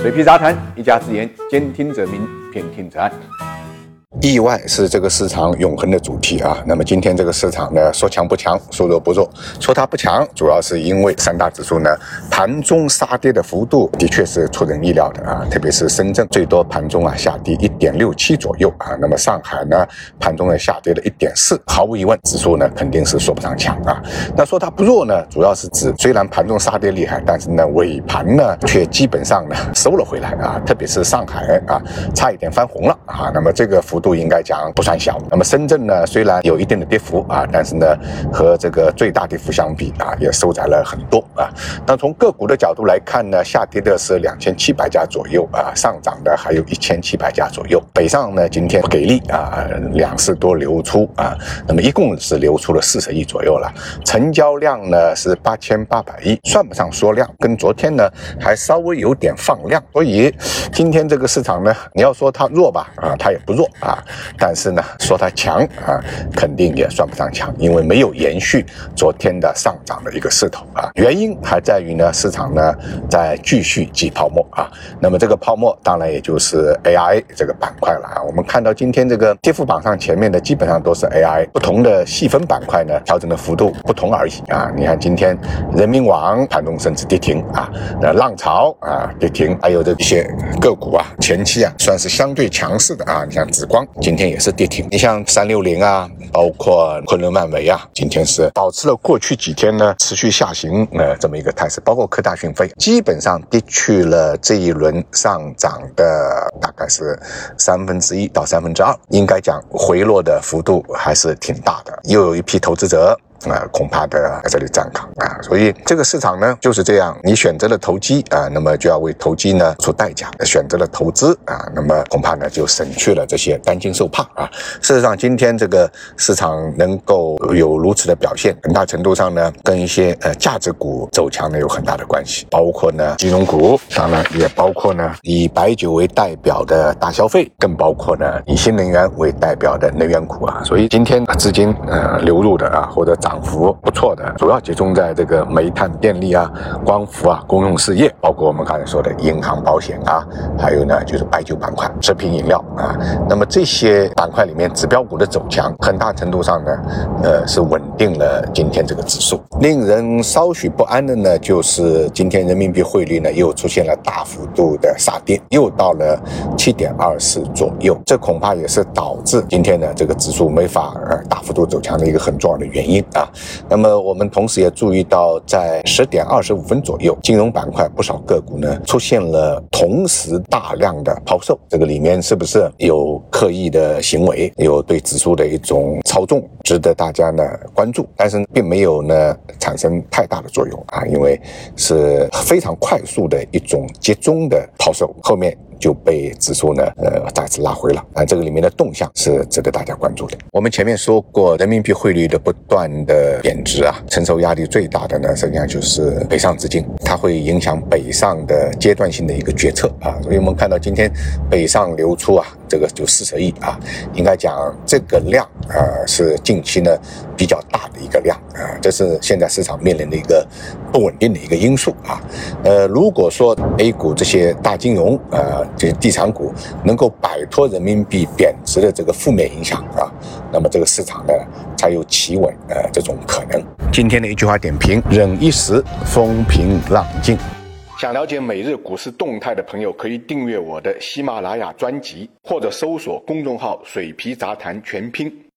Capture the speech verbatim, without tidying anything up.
水皮杂谈，一家之言，兼听则明，偏听则暗。意外是这个市场永恒的主题啊。那么今天这个市场呢，说强不强，说弱不弱。说它不强，主要是因为三大指数呢盘中杀跌的幅度的确是出人意料的啊。特别是深圳最多盘中啊下跌一点六七左右啊。那么上海呢盘中呢下跌了一点四，毫无疑问，指数呢肯定是说不上强啊。那说它不弱呢，主要是指虽然盘中杀跌厉害，但是呢尾盘呢却基本上呢收了回来啊。特别是上海啊，差一点翻红了啊。那么这个幅度应该讲不算小。那么深圳呢，虽然有一定的跌幅啊，但是呢，和这个最大跌幅相比啊，也收窄了很多啊。那从个股的角度来看呢，下跌的是两千七百家左右啊，上涨的还有一千七百家左右。北上呢，今天给力啊，两市多流出啊，那么一共是流出了四十亿左右了，成交量呢是八千八百亿，算不上缩量，跟昨天呢还稍微有点放量。所以今天这个市场呢，你要说它弱吧啊，它也不弱啊。但是呢，说它强啊，肯定也算不上强，因为没有延续昨天的上涨的一个势头啊。原因还在于呢，市场呢在继续挤泡沫啊。那么这个泡沫当然也就是 A I 这个板块了啊。我们看到今天这个跌幅榜上前面的基本上都是 A I， 不同的细分板块呢调整的幅度不同而已啊。你看今天人民网盘中甚至跌停啊，那浪潮啊跌停，还有这些个股啊前期啊算是相对强势的啊，你像紫光今天也是跌停，你像三六零啊，包括昆仑万维啊，今天是保持了过去几天呢持续下行呃这么一个态势，包括科大讯飞，基本上跌去了这一轮上涨的大概是三分之一到三分之二，应该讲回落的幅度还是挺大的，又有一批投资者啊、呃，恐怕的在这里站岗啊，所以这个市场呢就是这样，你选择了投机啊，那么就要为投机呢出代价；选择了投资啊，那么恐怕呢就省去了这些担惊受怕啊。事实上，今天这个市场能够有如此的表现，很大程度上呢跟一些呃价值股走强呢有很大的关系，包括呢金融股，当然也包括呢以白酒为代表的大消费，更包括呢以新能源为代表的能源股啊。所以今天资金呃流入的啊或者涨幅不错的，主要集中在这个煤炭、电力啊、光伏啊、公用事业，包括我们刚才说的银行、保险啊，还有呢就是白酒板块、食品饮料啊。那么这些板块里面，指标股的走强，很大程度上呢，呃是稳定了今天这个指数。令人稍许不安的呢，就是今天人民币汇率呢又出现了大幅度的杀跌，又到了七点二四左右，这恐怕也是导致今天呢这个指数没法呃大幅度走强的一个很重要的原因啊。那么我们同时也注意到，在十点二十五分左右，金融板块不少个股呢出现了同时大量的抛售，这个里面是不是有刻意的行为，有对指数的一种操纵，值得大家呢关注，但是并没有呢产生太大的作用啊，因为是非常快速的一种集中的抛售，后面就被指数呢呃再次拉回了啊，这个里面的动向是值得大家关注的。我们前面说过，人民币汇率的不断的贬值啊，承受压力最大的呢实际上就是北上资金，它会影响北上的阶段性的一个决策啊。所以我们看到今天北上流出啊，这个就四十亿啊，应该讲这个量啊是近期呢比较大的一个量啊，这是现在市场面临的一个不稳定的一个因素啊。呃，如果说 A 股这些大金融啊，这些地产股能够摆脱人民币贬值的这个负面影响啊，那么这个市场呢才有企稳呃这种可能。今天的一句话点评：忍一时，风平浪静。想了解每日股市动态的朋友，可以订阅我的喜马拉雅专辑，或者搜索公众号“水皮杂谈全拼”。